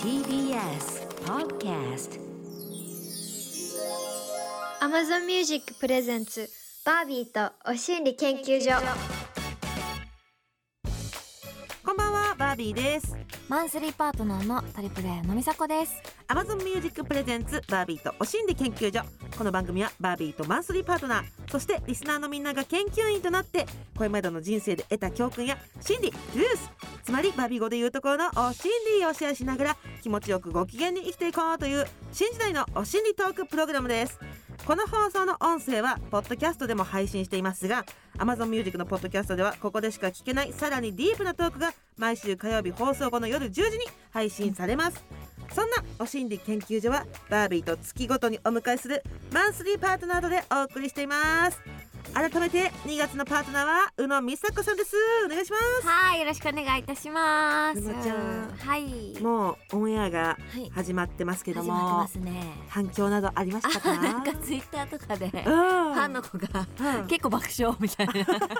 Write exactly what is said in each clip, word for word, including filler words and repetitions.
ティービーエス Podcast Amazon Music プレゼンツバービーとお心理研究所。 こんばんは、バービーです。 マンスリーパートナーのトリプル A のみさこです。 Amazon Music プレゼンツバービーとお心理研究所。この番組はバービーとマンスリーパートナー、そしてリスナーのみんなが研究員となってこれまでの人生で得た教訓や心理、トゥルース、つまりバービー語で言うところのお心理をシェアしながら気持ちよくご機嫌に生きていこうという新時代のお心理トークプログラムです。この放送の音声はポッドキャストでも配信していますが、 Amazon Music のポッドキャストではここでしか聞けないさらにディープなトークが毎週火曜日放送後の夜じゅうじに配信されます。そんなお心理研究所はバービーと月ごとにお迎えするマンスリーパートナードでお送りしています。改めてにがつのパートナーは宇野美佐子さんです。お願いします。 はい、よろしくお願いいたします。 宇野ちゃん、 はいもうオンエアが始まってますけども、 始まってますね。 反響などありましたか？ あ、なんかツイッターとかでフファンの子が、 うん結構爆笑みたいな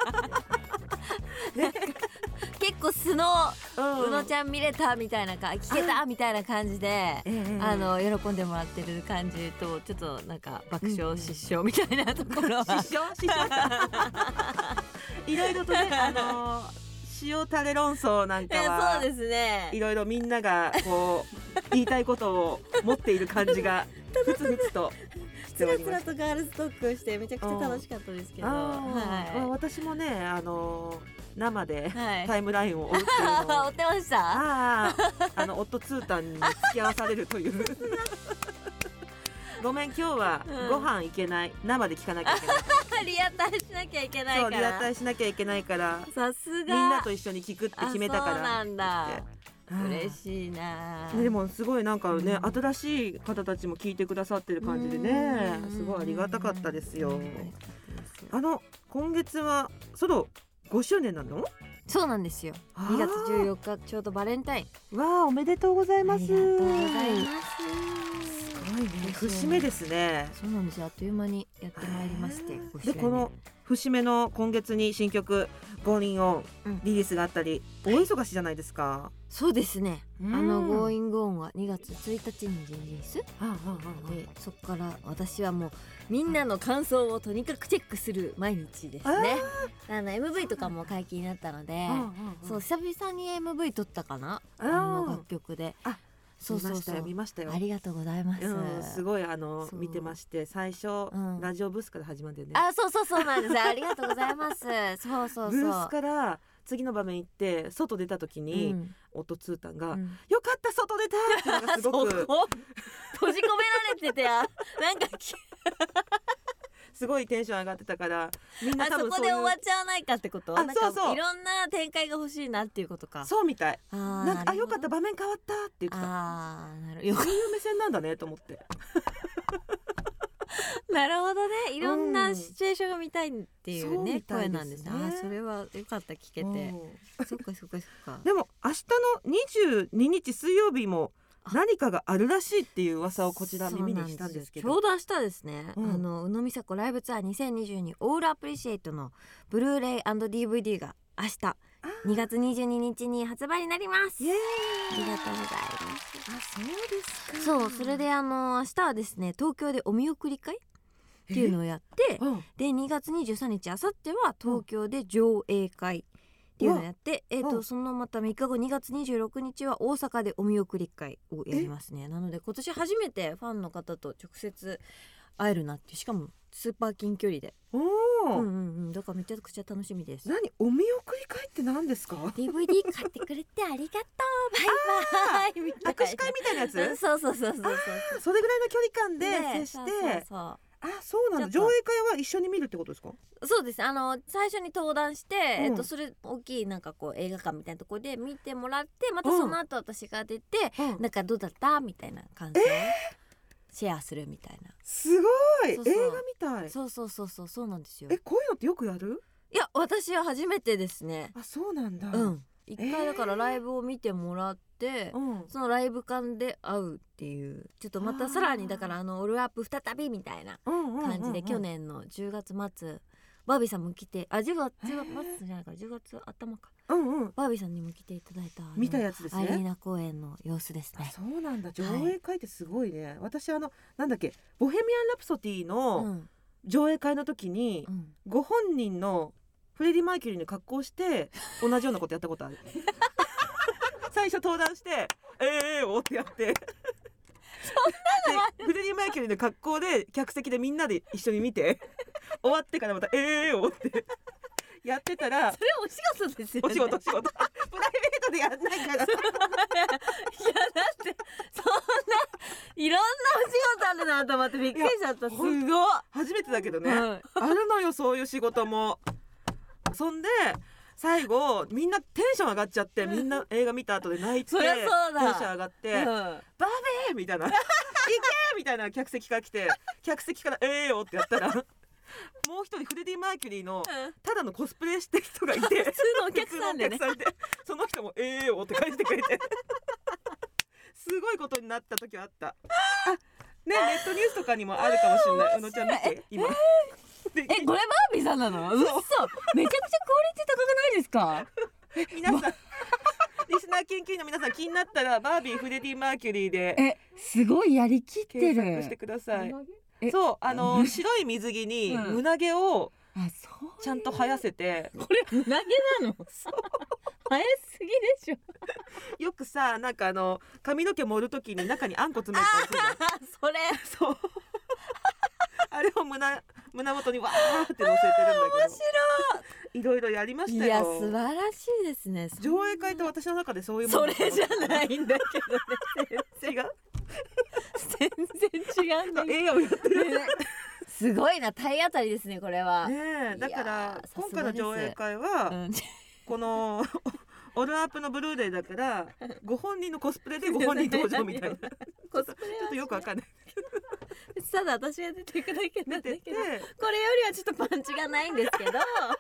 結構素のうんうのちゃん見れたみたいなか聞けたみたいな感じで、 ええあの喜んでもらってる感じとちょっとなんか爆笑失笑みたいなところは、 失笑失笑いろいろとね、あのー塩タレ論争なんかえはそうですね。 いろいろみんながこう言いたいことを持っている感じがふつふつとしつらつらております。 とガールズトークをしてめちゃくちゃ楽しかったですけど、 あー、 は私もね、あのー生でい、はい、 タイムラインを追うっていうのを追ってました。 あーあの夫ツータンに付き合わされるというごめん今日はうんご飯いけない、生で聞かなきゃいけないリアタイしなきゃいけないそうから。 リアタイしなきゃいけないからさすが。 みんなと一緒に聞くって決めたから。 あそうなんだ。 うん嬉しいな。 でもすごいなんかね、 うん新しい方たちも聞いてくださってる感じでね、 うんすごいありがたかったですよ。 うんありがたかったですよ。 あの今月はソロごしゅうねんなの？ そうなんですよ。 あーにがつじゅうよっかちょうどバレンタイン。 わあ、おめでとうございます。 ありがとうございます。 すごいね、節目ですね。 そうなんですよ。あっという間にやってまいりまして。ごしゅうねんでこの節目の今月に新曲Going On うんリリースがあったり、大忙しじゃないですか。 そうですね。 うんあの Going On はにがつついたちにリリース。 ああああでそこから私はもうみんなの感想をとにかくチェックする毎日ですね。あの エムブイ とかも解禁になったので、そう久々に エムブイ 撮ったかな、あの楽曲で。 あそうそうそう、 見ましたよ見ましたよ。 ありがとうございます。 うん、すごいあのそう見てまして、最初、 うんラジオブースから始まってね。 あ、そうそうそうなんです。ありがとうございます。そうそうそう。 ブースから次の場面行って外出た時に、 うん夫ツータンが、 うんよかった外出たっていうのがすごくそこ閉じ込められててやなんかきすごいテンション上がってたから、みんなあそこ多分そういうで終わっちゃわないかってこと？ あなんかそうそういろんな展開が欲しいなっていうことか。 そうみたい。 あーなんかあるほどよかった場面変わったって言ってた。 あーなるよそういう目線なんだねと思って。 なるほどね。いろんうなんシチュエーションが見たいっていうそうね、 みたいですね声なんですね。あーそれはよかった聞けて。 うんそっかそっかそっか。 でも明日のにじゅうににち水曜日も何かがあるらしいっていう噂をこちら耳にしたんですけど。 そうなんですよ。ちょうど明日ですね、 うんあの宇野美佐子ライブツアーにせんにじゅうにオールアプリシエイトのブルーレイ&ディーブイディー が明日にがつにじゅうににちに発売になります。 イエーイ。 ありがとうございます。 あ、そうですか。 そう、それであの明日はですね、東京でお見送り会っていうのをやって、 うんでにがつにじゅうさんにちあさっては東京で上映会っていうのをやって、えっ、とうんそのまたみっかごにがつにじゅうろくにちは大阪でお見送り会をやりますね。なので今年初めてファンの方と直接会えるなって、しかもスーパー近距離で、 おうお、 んうんうん、だからめちゃくちゃ楽しみです。 何お見送り会って何ですか？ ディーブイディー 買ってくれてありがとうバイバイみたいな握手会みたいなやつ？ そうそうそうそうそうそれぐらいの距離感でね接して、 そうそうあ、そうなんだ。 ちょっと上映会は一緒に見るってことですか？ そうそうです。あの最初に登壇して、 うんえっとそれ大きいなんかこう映画館みたいなところで見てもらって、またその後私が出て、 うんなんかどうだったみたいな感想をシェアするみたいな。 すごい。 そうそう映画みたい。 そうそうそうそうそうなんですよ。 え、こういうのってよくやる？ いや私は初めてですね。 あ、そうなんだ。 うん。一回だからライブを見てもらって、 うん。 そのライブ館で会うっていうちょっとまたさらにだからあのオールアップ再びみたいなうんうんうんうん感じで、去年のじゅうがつ末バービーさんも来て、あじゅうがつじゅうがつ末じゃないかじゅうがつ頭か、 うんうん、 バービーさんにも来ていただいた見たやつですね。 アリーナ公演の様子ですね。 そうなんだ、上映会ってすごいね、はい、私あのなんだっけボヘミアン・ラプソディの上映会の時に、うん、ご本人のフレディ・マーキュリーに格好して同じようなことやったことある最初登壇してええー、おってやってそんなのでフレディ・マーキュリーの格好で客席でみんなで一緒に見て終わってからまたええー、おってやってたらそれお仕事ですよね。 お仕事お仕事プライベートでやんないからいやだってそんないろんなお仕事あるなと思ってびっくりしちゃった。すごい初めてだけどね、うん、あるのよそういう仕事も。そんで最後みんなテンション上がっちゃってみんな映画見た後で泣いてテンション上がって、うん、バーベーみたいな行けみたいな客席から来て客席からええよってやったらもう一人フレディ・マーキュリーのただのコスプレしてる人がいて、 普通のお客さんでねその人もええよって返してくれてすごいことになった時はあった。あね、ネットニュースとかにもあるかもしれない。うのちゃん見て今えこれバービーさんなの？嘘めちゃくちゃクオリティ高くないですか皆さんリスナー研究員の皆さん気になったらバービーフレディ・マーキュリーでえすごいやりきってる。 検索してください。そうあの白い水着に胸毛をちゃんと生やせて、 うん、これ胸毛なのそう生えすぎでしょよくさなんかあの髪の毛盛るときに中にあんこ詰めたりするじゃんそれそうあれを胸胸元にわーって乗せてるんだけど面白いいろいろやりましたよ。 いや素晴らしいですね。 上映会って私の中でそういうものそれじゃないんだけどね違う全然違うんだけど映画をやってる、ね、 すごいな体当たりですねこれは。 ねえだから今回の上映会は、うん、このオルアップのブルーレイだからご本人のコスプレでご本人登場みたいなコスプレちょっとよくわかんないただ私が出ていくだけなんだけどこれよりはちょっとパンチがないんですけど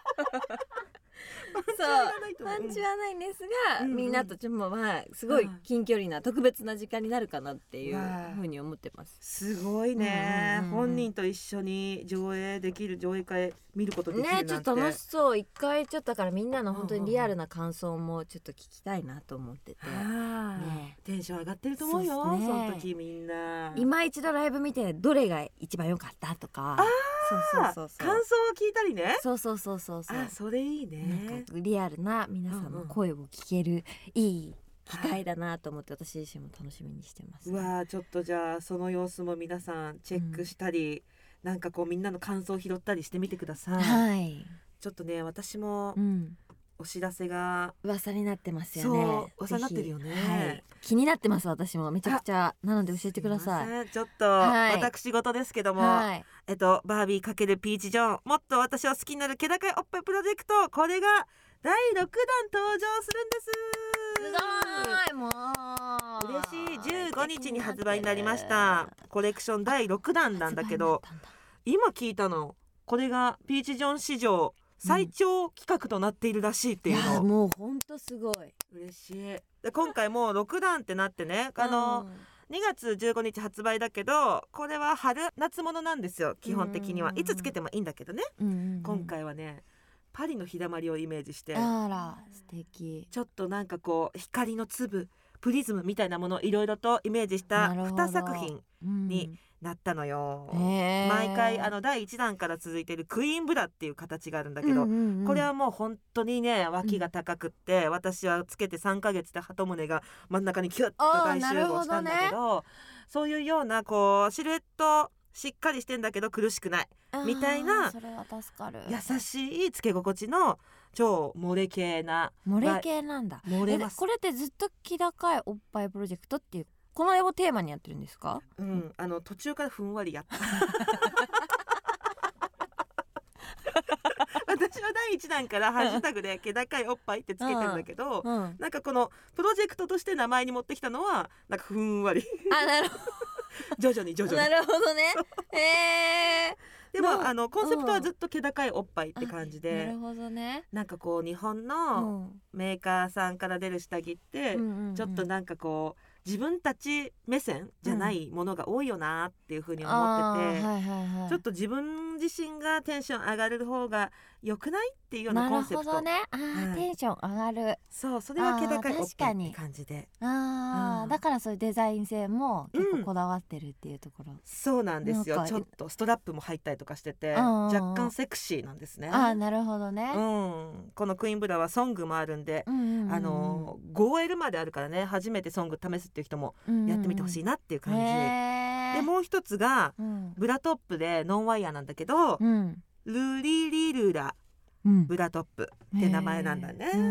そうパンチはないんですが、うんうん、みんなとちょっとまあすごい近距離な特別な時間になるかなっていうふうに思ってます。 すごいね、うんうんうん、本人と一緒に上映できる上映会見ることできるなんてねちょっと楽しそう。一回ちょっとだからみんなの本当にリアルな感想もちょっと聞きたいなと思ってて、 ね、テンション上がってると思うよ そ,、ね、その時みんな今一度ライブ見てどれが一番良かったとかあそうそうそうそう感想を聞いたりね。 そうそうそうそうそうあそれいいね。 なんかリアルな皆さんの声を聞ける、うんうん、いい機会だなと思って私自身も楽しみにしてます、ね、 うわちょっとじゃあその様子も皆さんチェックしたり、うん、なんかこうみんなの感想を拾ったりしてみてください、 はい、 ちょっとね私も、うんお知らせが噂になってますよね。 そう噂になってるよね、 はい、気になってます私もめちゃくちゃなので教えてください。 ちょっと、はい、私事ですけども、はい、えっとバービー×ピーチジョンもっと私を好きになる気高いおっぱいプロジェクトこれがだいろくだん登場するんです。 すごいもう嬉しい。じゅうごにちに発売になりましたコレクションだいろくだんなんだけど今聞いたのこれがピーチジョン史上最長企画となっているらしいっていうの、うん、いやもうほんとすごい嬉しい。で今回もうろくだんってなってねあの、うん、にがつじゅうごにち発売だけどこれは春夏物なんですよ基本的には、うん、いつつけてもいいんだけどね、うんうんうん、今回はねパリの日だまりをイメージしてあら素敵ちょっとなんかこう光の粒プリズムみたいなものをいろいろとイメージしたにさくひんになったのよ、うん、毎回あのだいいちだんから続いているクイーンブラっていう形があるんだけど、うんうんうん、これはもう本当にね脇が高くって、うん、私はつけてさんかげつで鳩胸が真ん中にキュッと大集合したんだけ ど, ど、ね、そういうようなこうシルエットしっかりしてんだけど苦しくないみたいなそれは助かる優しいつけ心地の超漏れ系な漏れ系なんだ。 漏れます。 これってずっと気高いおっぱいプロジェクトっていうこの絵をテーマにやってるんですか？ うん、あの途中からふんわりやった私はだいいちだんからハッシュタグで気高いおっぱいってつけてるんだけど、うんうん、なんかこのプロジェクトとして名前に持ってきたのはなんかふんわりあなるほど徐々に徐々になるほどねへーでもあのコンセプトはずっと気高いおっぱいって感じで、 なるほどね。 なんかこう日本のメーカーさんから出る下着って、うん、ちょっとなんかこう自分たち目線じゃないものが多いよなっていう風に思ってて、うんはいはいはい、ちょっと自分分自身がテンション上がる方が良くないっていうようなコンセプト。 なるほどね。あ、 はい、 テンション上がる。 そう、それは気高いおっぱいって感じで。 あ、 うん、 だからそういうデザイン性も結構こだわってるっていうところ、うん、 そうなんですよ。ちょっとストラップも入ったりとかしてて、若干セクシーなんですね。 あ、なるほどね、 うん、このクイーンブラはソングもあるんで、 うんうんうん、 あの ごエル まであるからね、初めてソング試すっていう人もやってみてほしいなっていう感じ、うんうん、でもう一つが、うん、ブラトップでノンワイヤーなんだけど、うん、ルリリルラ、うん、ブラトップって名前なんだね、うん、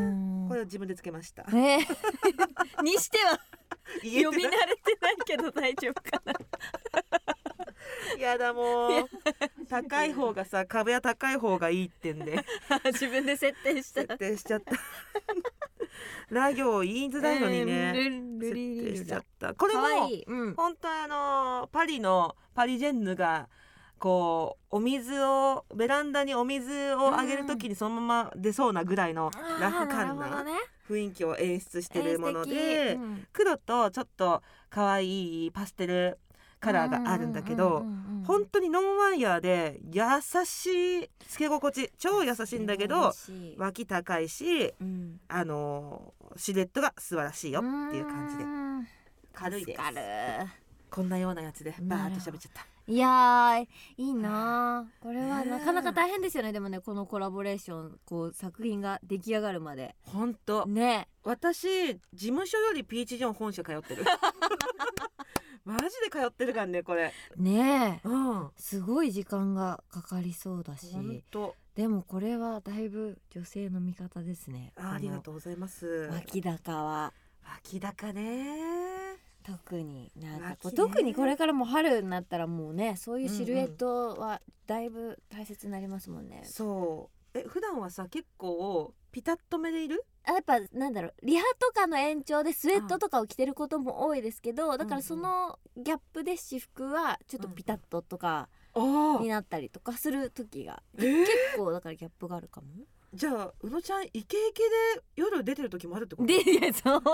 これを自分でつけました、 えー、にしては読み慣れてないけど大丈夫かなやだ、もう高い方がさ、壁は高い方がいいってんで自分で設定した設定しちゃったラ行言いづらいのにね、えー、設定しちゃった。これもいい、うん、本当あのパリのパリジェンヌがこうお水をベランダにお水をあげるときにそのまま出そうなぐらいのラフ感な雰囲気を演出してるもので、うん、黒とちょっと可愛いパステルカラーがあるんだけど、本当にノンワイヤーで優しいつけ心地、超優しいんだけど脇高いし、うん、あのシルエットが素晴らしいよっていう感じで軽いです。こんなようなやつでバーッと喋っちゃった。 いやー、いいな。これはなかなか大変ですよね。でもね、このコラボレーション、こう作品が出来上がるまで。 ほんとね、 私事務所よりピーチジョン本社通ってるマジで通ってるからね、これねえ、 うん、 すごい時間がかかりそうだし、 ほんとでもこれはだいぶ女性の味方ですね。 あ, ありがとうございます。 脇高は脇高ね、 特になんかこう、特にこれからも春になったらもうね、そういうシルエットはだいぶ大切になりますもんね、うんうん、 そう。え、普段はさ結構ピタッとめでいる？ やっぱなんだろう、リハとかの延長でスウェットとかを着てることも多いですけど、だからそのギャップで私服はちょっとピタッととかになったりとかする時が、えー、結構だからギャップがあるかも。 じゃあ宇野ちゃんイケイケで夜出てる時もあるってこと？ で、いや、そんな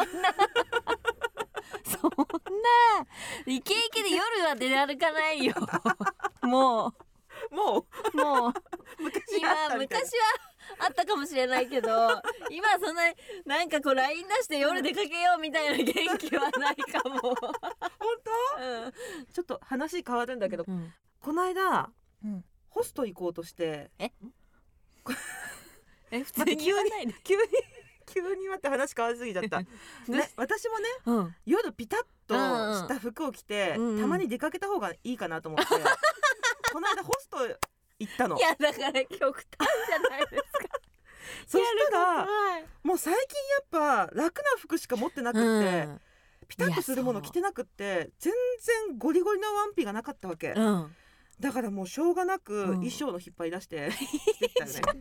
そんなイケイケで夜は出歩かないよもうもうもう昔今あったみたいな。 昔はあったかもしれないけど今そんななんかこう ライン 出して夜出かけようみたいな元気はないかも本当、 うん、ちょっと話変わるんだけど、うん、この間、うん、ホスト行こうとしてええ普通に言わないで急に急に待って話変わりすぎちゃった、ね、私もね、うん、夜ピタッとした服を着て、うんうん、たまに出かけた方がいいかなと思って、うんうん、この間ホスト行ったの。 いやだから極端じゃないですかそしたらもう最近やっぱ楽な服しか持ってなくって、うん、ピタッとするもの着てなくって全然ゴリゴリのワンピがなかったわけ、うん、だからもうしょうがなく衣装の引っ張り出して着てったよね、うん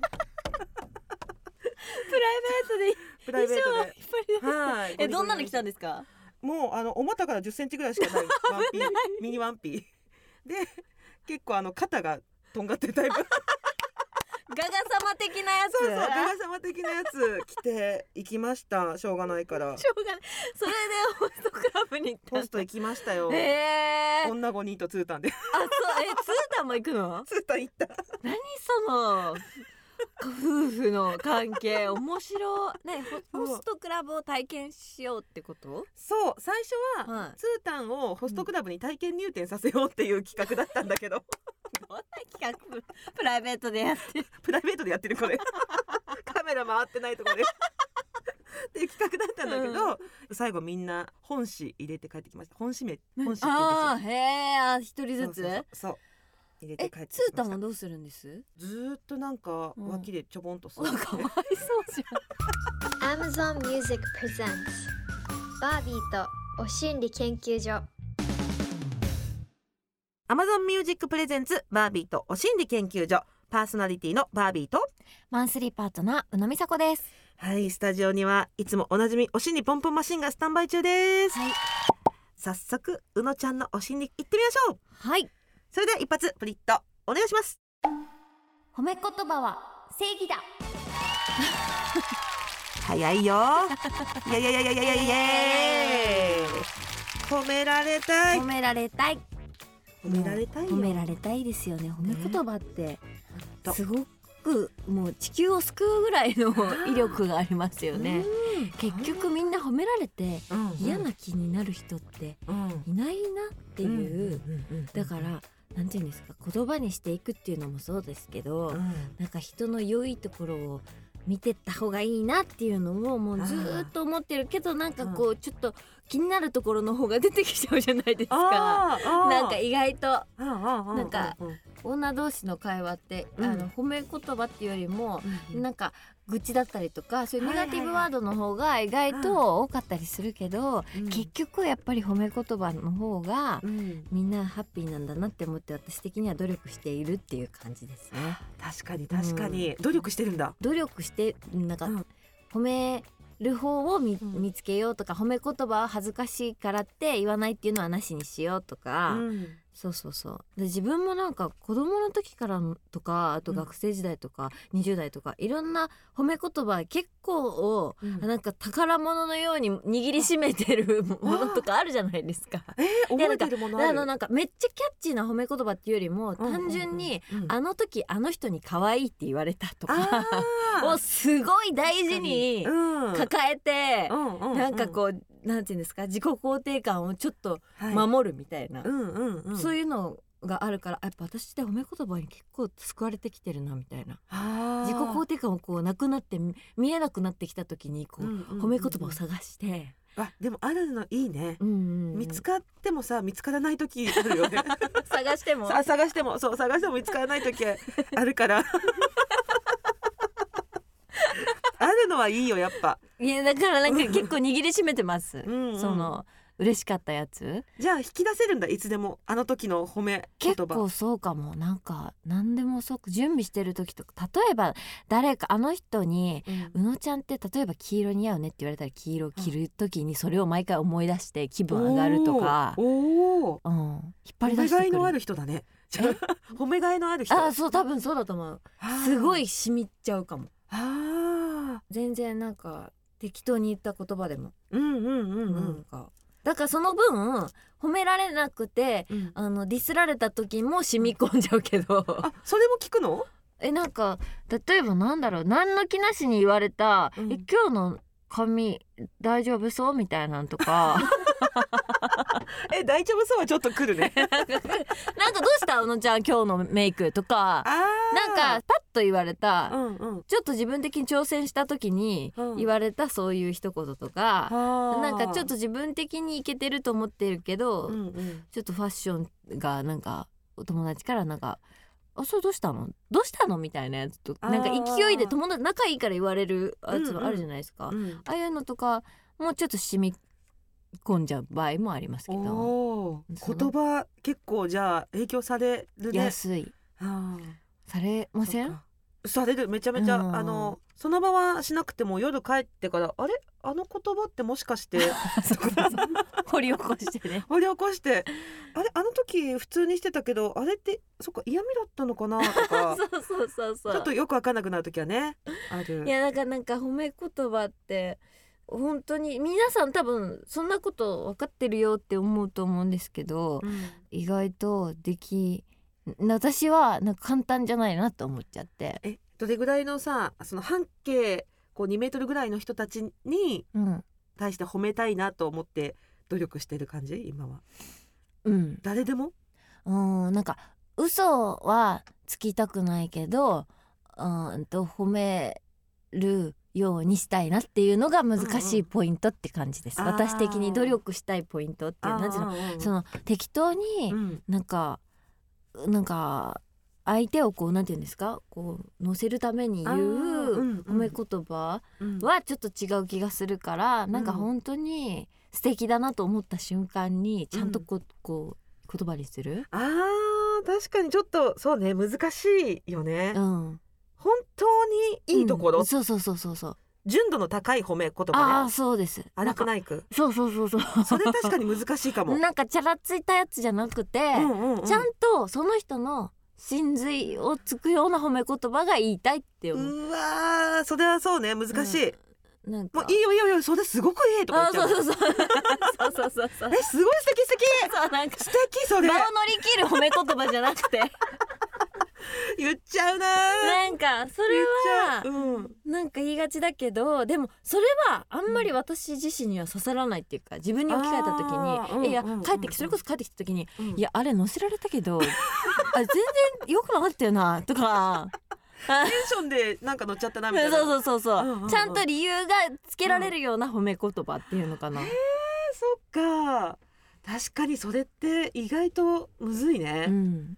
プライベートでプライベートで引っ張り出して、 はい、 え、どんなの着たんですか？ もうあのお股からじゅっセンチぐらいしかないワンピミニワンピで、結構あの肩がとんがってるタイプガガ様的なやつ。 そうそう、ガガ様的なやつ着て行きました。しょうがないからしょうがない。それでホストクラブに行った。 ホスト行きましたよ。 へー、 女ごにんとツータンで。あ、 そう、え、ツータンも行くの？ ツータン行った。 何その夫婦の関係面白いね。ホストクラブを体験しようってこと？ そう、最初は、はい、ツータンをホストクラブに体験入店させようっていう企画だったんだけど、 どんな企画？プライベートでやってるプライベートでやってるこれカメラ回ってないところでっていう企画だったんだけど、うん、最後みんな本誌入れて帰ってきました。本誌名、本誌って言うんですよ。 あー、へー、一人ずつ。 そうそうそうそう、入れて帰ってきました。 ツータンはどうするんです？ ずーっとなんか脇でちょぼんとする、 うん、かわいそうじゃんAmazon Music Presents バービーとお心理研究所。 Amazon Music Presents バービーとお心理研究所、パーソナリティのバービーとマンスリーパートナー宇野美佐子です。 はい、スタジオにはいつもおなじみお心理ポンポンマシンがスタンバイ中です、はい、早速宇野ちゃんのお心理行ってみましょう。 はい、 それでは一発プリッとお願いします。 褒め言葉は正義だ早いよいやいやいやいやいやいやいや、褒められたい褒められたい。 褒められたいよ。 褒められたいですよね。褒め言葉ってねすごくもう地球を救うぐらいの威力がありますよね。結局みんな褒められて嫌な気になる人っていないなっていう、だからなんていうんですか、言葉にしていくっていうのもそうですけど、なんか人の良いところを見てった方がいいなっていうのをもうずーっと思ってるけど、なんかこうちょっと気になるところの方が出てきちゃうじゃないですか。なんか意外となんか女同士の会話って、うん、あの褒め言葉っていうよりも、うん、なんか愚痴だったりとかそういうネガティブワードの方が意外と多かったりするけど、うん、結局やっぱり褒め言葉の方が、うん、みんなハッピーなんだなって思って、私的には努力しているっていう感じですね。 確かに確かに、うん、努力してるんだ。 努力してなんか、うん、褒める方を 見,、うん、見つけようとか、褒め言葉は恥ずかしいからって言わないっていうのはなしにしようとか、うん、そうそうそうで自分もなんか子供の時からとか、あと学生時代とか、うん、にじゅう代とかいろんな褒め言葉結構、うん、なんか宝物のように握りしめてるものとかあるじゃないですか。 えー、覚えてるものある？ あのなんかめっちゃキャッチーな褒め言葉っていうよりも、単純に、うんうんうん、あの時あの人に可愛いって言われたとかをすごい大事に抱えて、うんうんうん、なんかこうなんていうんですか、自己肯定感をちょっと守るみたいな、はい、うんうんうん、そういうのがあるから、やっぱ私って褒め言葉に結構救われてきてるなみたいな。自己肯定感をこうなくなって見えなくなってきた時にこう、うんうんうんうん、褒め言葉を探して、 あでもあるのいいね、うんうんうん、見つかってもさ見つからない時あるよね探しても探してもそう探しても見つからない時あるからあるのはいいよやっぱ。 いやだからなんか結構握りしめてますうん、うん、その嬉しかったやつじゃあ引き出せるんだ、いつでもあの時の褒め言葉。 結構そうかも。なんか何でもそう準備してる時とか、例えば誰かあの人に、うん、うのちゃんって例えば黄色似合うねって言われたら黄色着る時にそれを毎回思い出して気分上がるとか、 おお、 うん、引っ張り出してくる。 褒めがいのある人だね褒めがいのある人。 あそう多分そうだと思う。すごい染みちゃうかも。 あ全然なんか適当に言った言葉でも、 うんうんうんうん、 なんかだからその分褒められなくて、うん、あのディスられた時も染み込んじゃうけど、うん、 あそれも聞くの？ えなんか例えばなんだろう、何の気なしに言われた、うん、え今日の髪大丈夫そうみたいなんとかえ大丈夫そうはちょっと来るねなんかどうしたうのちゃん今日のメイクとか、なんかパッと言われた、うんうん、ちょっと自分的に挑戦した時に言われたそういう一言とか、うん、なんかちょっと自分的にイケてると思ってるけど、うんうん、ちょっとファッションがなんかお友達からなんかあそれどうしたのどうしたのみたいなやつとなんか勢いで友達仲いいから言われるやつあるじゃないですか、うんうん、ああいうのとかもうちょっと染み込んじゃう場合もありますけど、 お言葉結構じゃあ影響されるね。 安いされません？ されるめちゃめちゃ、うん、あのその場はしなくても夜帰ってからあれあの言葉ってもしかして掘り起こしてね掘り起こしてあれあの時普通にしてたけどあれってそっか嫌味だったのかなとかそうそうそうそうちょっとよく分かんなくなる時はねある。 いやなんかなんか褒め言葉って本当に皆さん多分そんなこと分かってるよって思うと思うんですけど、うん、意外とでき私はなんか簡単じゃないなと思っちゃって。 えどれぐらいのさその半径こうにメートルぐらいの人たちに対して褒めたいなと思って努力してる感じ今は？うん誰でも？ うんなんか嘘はつきたくないけどうんと褒めるようにしたいなっていうのが難しいポイントって感じです、うんうん、私的に努力したいポイントっていうなんていうの、その適当になんか、うん、なんか相手をこうなんていうんですかこう乗せるために言う褒め言葉はちょっと違う気がするから、うん、なんか本当に素敵だなと思った瞬間にちゃんとこう、うん、こう言葉にする。 あー確かにちょっとそうね難しいよね、うん、本当にいいところ、 うん、そうそうそうそうそう純度の高い褒め言葉ね。 ああそうです。 荒くないくそうそうそうそうそれ確かに難しいかもなんかチャラついたやつじゃなくて、うんうんうん、ちゃんとその人の真髄をつくような褒め言葉が言いたいって思う。 うわーそれはそうね難しい、うん、なんかもういいよいいよいいよそれすごくいいとか言っちゃう。 そうそうそうそうそうそうそうえすごい素敵素敵そうなんか素敵それ場を乗り切る褒め言葉じゃなくて言っちゃうななんかそれは言っちゃう、うん、 なんか言いがちだけどでもそれはあんまり私自身には刺さらないっていうか自分に置き換えた時に、うん、いや帰ってきそれこそ帰ってきた時に、うん、いやあれ乗せられたけどあ全然良くなかったよなとかテンションでなんか乗っちゃったなみたいなそうそうそうそう、うんうんうん、ちゃんと理由がつけられるような褒め言葉っていうのかな、うん、へーそっか確かにそれって意外とむずいね、うん、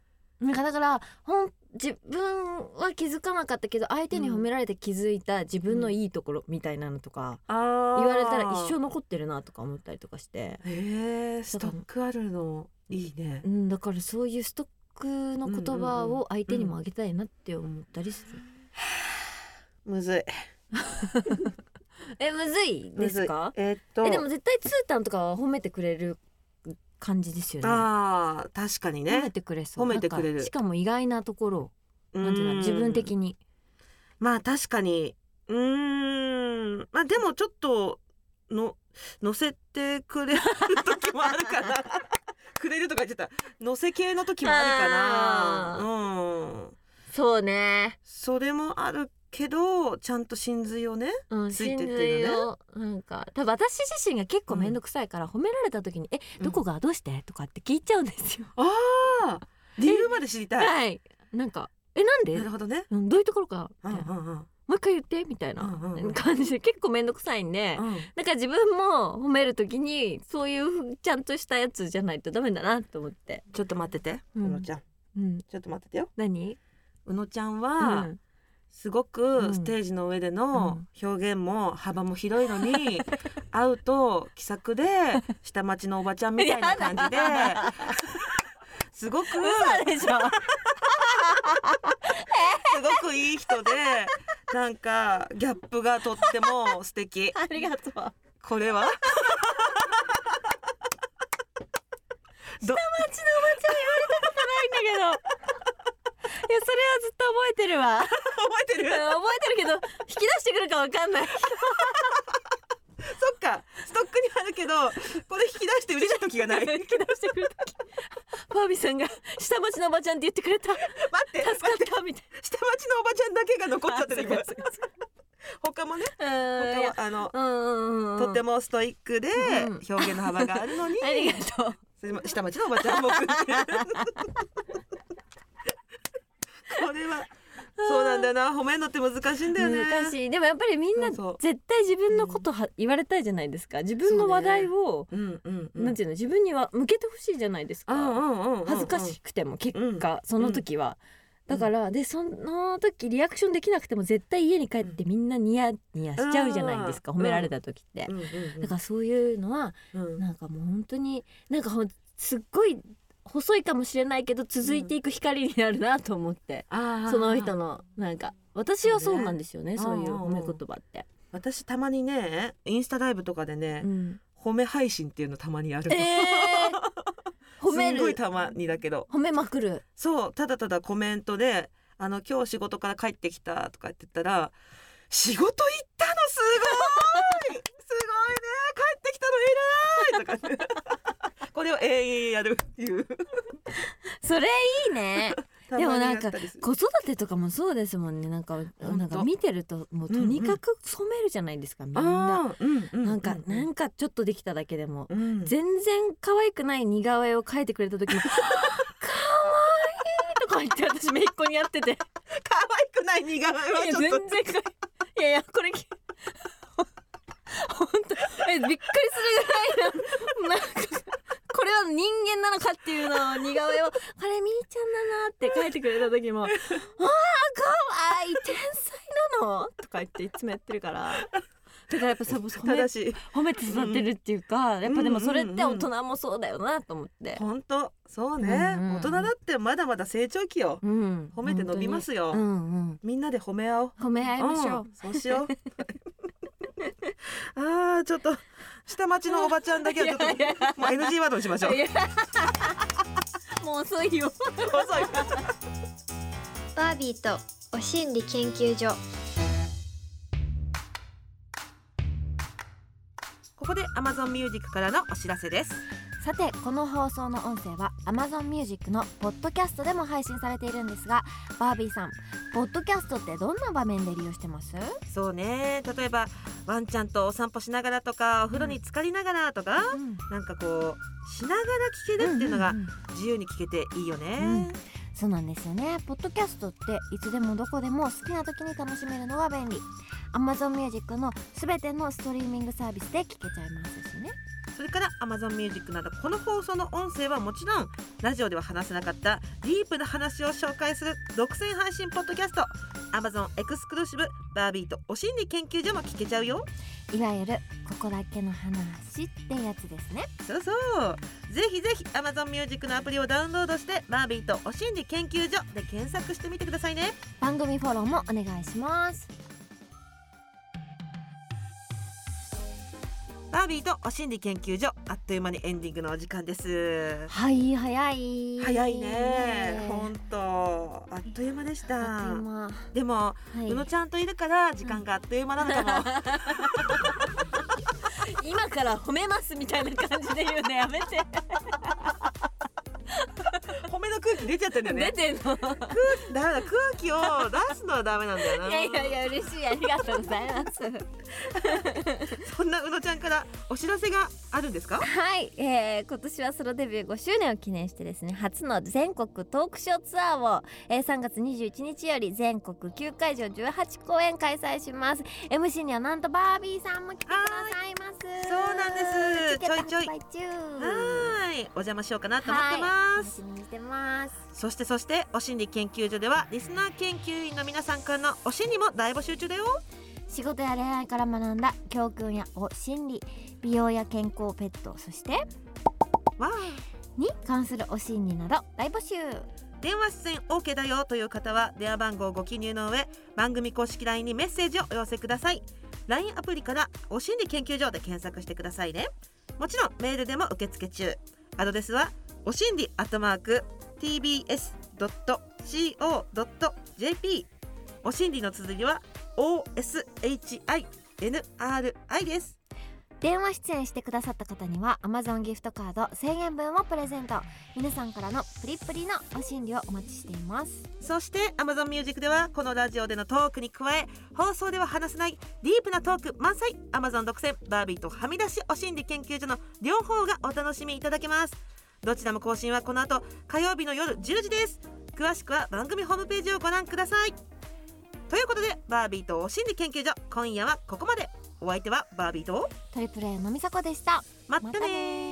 なんかだからほん自分は気づかなかったけど相手に褒められて気づいた自分のいいところみたいなのとか、うん、言われたら一生残ってるなとか思ったりとかしてへーストックあるのいいね、 うん、だからそういうストックの言葉を相手にもあげたいなって思ったりする、 うんうん、むずいえむずいですか？ えー、っとえでも絶対ツータンとかは褒めてくれる感じですよね。 あー確かにね褒めてくれそう褒めてくれるしかも意外なところなんていうの自分的にまあ確かにうーんまあでもちょっとの乗せてくれる時もあるかなくれるとか言ってた乗せ系の時もあるかなうんそうねそれもあるけどちゃんと真髄をね、うん、ついてってるのねなんか多分私自身が結構めんどくさいから、うん、褒められた時にえどこがどうしてとかって聞いちゃうんですよああ理由まで知りたいはいなんかえなんでなるほどね、 うん、どういうところかうんうんうんもう一回言ってみたいな感じで結構めんどくさいんで、うん、だから自分も褒める時にそういうちゃんとしたやつじゃないとダメだなと思ってちょっと待ってて、うん、うのちゃん、うん、ちょっと待っててよ何うのちゃんは、うん、すごくステージの上での表現も幅も広いのに、うん、会うと気さくで下町のおばちゃんみたいな感じですごく嘘でしょすごくいい人でなんかギャップがとっても素敵ありがとうこれは下町のおばちゃん言われたことないんだけどいやそれはずっと覚えてるわ覚えてる覚えてるけど引き出してくるかわかんないそっかストックにあるけどこれ引き出して嬉しい時がない引き出してくる時バービーさんが下町のおばちゃんって言ってくれた待って助かったみたい下町のおばちゃんだけが残っちゃってるから他もね他はあの、うんうん、とてもストイックで表現の幅があるのに、うん、 ありがとう下町のおばちゃんもこれはそうなんだよな褒めるのって難しいんだよね難しいでもやっぱりみんな絶対自分のことは、うん、言われたいじゃないですか自分の話題を、ねうんうんうん、なんていうの自分には向けてほしいじゃないですか、うんうんうんうん、恥ずかしくても結果、うん、その時は、うん、だからでその時リアクションできなくても絶対家に帰ってみんなニヤニヤしちゃうじゃないですか、うん、褒められた時って、うんうんうん、だからそういうのは、うん、なんかもう本当になんかすっごい細いかもしれないけど続いていく光になるなと思って、うん、その人のなんか私はそうなんですよね、そういう褒め言葉って私たまにねインスタライブとかでね、うん、褒め配信っていうのたまにあるの、えー、褒めるすごいたまにだけど褒めまくるそうただただコメントであの今日仕事から帰ってきたとか言ってたら仕事行ったのすごいすごいね帰ってきたの偉いとかこれを永遠やるっていうそれいいねでもなんか子育てとかもそうですもんねなんかなんか見てるともうとにかく染めるじゃないですか、うんうん、みんな、うん、なんかなんかちょっとできただけでも、うん、全然可愛くない似顔絵を描いてくれた時も可愛いとか言って私めいっ子にやってて可愛くない似顔絵はちょっといや全然いやいやこれ本当えびっくりするぐらいのなんかこれは人間なのかっていうのを似顔絵をこれみーちゃんだなって書いてくれた時もあーかわいい天才なのとか言っていつもやってるからだからやっぱさ褒め、褒めて育てるっていうか、うん、やっぱでもそれって大人もそうだよなと思って本当そうね、うんうん、大人だってまだまだ成長期よ、うん、褒めて伸びますよ、うんうん、みんなで褒め合おう褒め合いましょう、うん、 そうしようあーちょっと下町のおばちゃんだけはちょっともう エヌジー ワードにしましょうもう遅いよ遅いバービーとお心理研究所ここで Amazon Music からのお知らせですさてこの放送の音声は Amazon Music のポッドキャストでも配信されているんですが、バービーさん、ポッドキャストってどんな場面で利用してます？ そうね、例えばワンちゃんとお散歩しながらとか、お風呂に浸かりながらとか、うん、なんかこうしながら聞けるっていうのが自由に聞けていいよね、うんうんうん、 そうなんですよね。ポッドキャストっていつでもどこでも好きな時に楽しめるのが便利。 Amazon Music のすべてのストリーミングサービスで聞けちゃいますしね。 それから Amazon Music などこの放送の音声はもちろん、ラジオでは話せなかったディープな話を紹介する独占配信ポッドキャスト Amazon エクスクルーシブバービーとお心理研究所も聞けちゃうよ。 いわゆるここだけの話ってやつですね。 そうそう、ぜひぜひ Amazon Music のアプリをダウンロードしてバービーとお心理研究所で検索してみてくださいね。 番組フォローもお願いします。 バービーとお心理研究所、あっという間にエンディングのお時間です。 はい早い早いね、ほんとあっという間でした。 あっという間でも、はい、うのちゃんといるから時間があっという間なのかも、 うん、今から褒めますみたいな感じで言うのやめて褒めの空気出ちゃってんだよね。 出てんの空気ダメだ、空気を出すのはダメなんだよな。 いやいやいや嬉しい、ありがとうございますそんなうのちゃんからお知らせがあるんですか？ はい、えー、今年はソロデビューごしゅうねんを記念してですね、初の全国トークショーツアーを、えー、さんがつにじゅういちにちより全国きゅうかいじょうじゅうはちこうえん開催します。 エムシー にはなんとバービーさんも来てくださいます。 そうなんです。ちょいちょいはいお邪魔しようかなと思ってます。 楽しみにしてます。 そしてそしてお心理研究所ではリスナー研究員の皆さんからのお心理も大募集中だよ。 仕事や恋愛から学んだ教訓やお心理、美容や健康、ペット、そしてわに関するお心理など大募集。 電話出演 OK だよという方は電話番号をご記入の上、番組公式 ライン にメッセージをお寄せください。 ライン アプリからお心理研究所で検索してくださいね。もちろんメールでも受付中。アドレスはお心理アットマーク ティービーエスドットシーオードットジェーピー、 お心理の綴りは オーエスエイチアイエヌアールアイ です。 電話出演してくださった方には Amazon ギフトカードせんえんぶんをプレゼント。皆さんからのプリップリのお心理をお待ちしています。 そして Amazon Music ではこのラジオでのトークに加え、放送では話せないディープなトーク満載 Amazon 独占バービーとはみ出しお心理研究所の両方がお楽しみいただけます。どちらも更新はこの後火曜日の夜じゅうじです。詳しくは番組ホームページをご覧ください。ということでバービーとお心理研究所、今夜はここまで。お相手はバービーとトリプルAのみさこでした。 またね。